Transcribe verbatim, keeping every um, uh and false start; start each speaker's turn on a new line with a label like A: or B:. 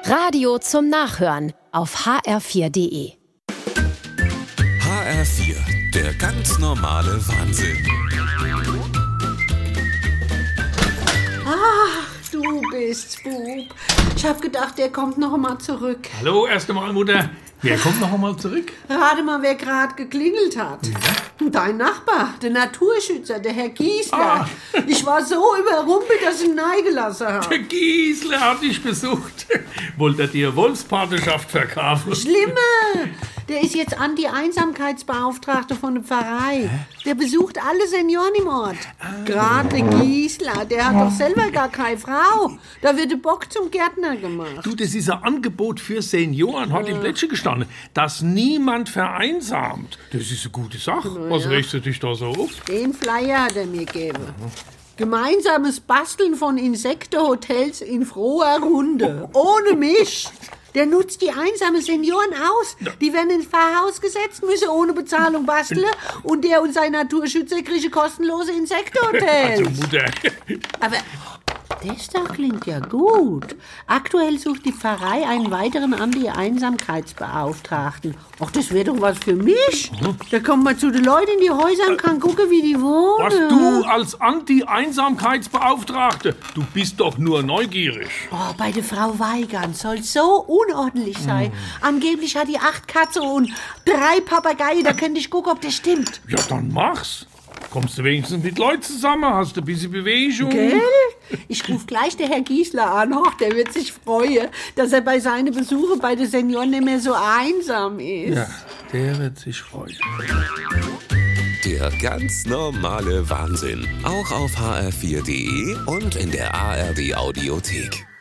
A: Radio zum Nachhören auf h r vier punkt d e.
B: H R vier, der ganz normale Wahnsinn.
C: Ach, du bist's, Bub. Ich hab gedacht, der kommt noch einmal zurück.
D: Hallo, erst einmal, Mutter. Wer kommt noch einmal zurück?
C: Rate mal, wer gerade geklingelt hat. Ja? Dein Nachbar, der Naturschützer, der Herr Giesler.
D: Ah.
C: Ich war so überrumpelt, dass ich ihn neigelassen habe.
D: Der Giesler hat dich besucht. Wollte er dir Wolfspatenschaft verkaufen?
C: Schlimmer! Der ist jetzt Anti-Einsamkeitsbeauftragte von der Pfarrei. Der besucht alle Senioren im Ort. Ah. Gerade der Giesler, der hat doch selber gar keine Frau. Da wird der Bock zum Gärtner gemacht.
D: Du, das ist ein Angebot für Senioren, hat ja. im Plättchen gestanden, dass niemand vereinsamt. Das ist eine gute Sache. Na Was ja. regst du dich da so auf?
C: Den Flyer hat er mir gegeben. Mhm. Gemeinsames Basteln von Insektenhotels in froher Runde. Ohne mich. Der nutzt die einsamen Senioren aus. Die werden ins Pfarrhaus gesetzt, müssen ohne Bezahlung basteln und der und sein Naturschützer kriegen kostenlose Insektenhotels.
D: Also Mutter.
C: Aber das doch klingt ja gut. Aktuell sucht die Pfarrei einen weiteren Anti-Einsamkeitsbeauftragten. Ach, das wäre doch was für mich. Da kommt man zu den Leuten in die Häuser und kann gucken, wie die wohnen.
D: Was, du als Anti-Einsamkeitsbeauftragte? Du bist doch nur neugierig.
C: Oh, bei der Frau Weigand soll so unordentlich sein. Hm. Angeblich hat die acht Katzen und drei Papageien. Da könnte ich gucken, ob das stimmt.
D: Ja, dann mach's. Kommst du wenigstens mit Leuten zusammen? Hast du ein bisschen Bewegung?
C: Gell? Ich rufe gleich den Herr Giesler an. Och, der wird sich freuen, dass er bei seinen Besuchen bei den Senioren nicht mehr so einsam ist.
D: Ja, der wird sich freuen.
B: Der ganz normale Wahnsinn. Auch auf h r vier punkt d e und in der A R D Audiothek.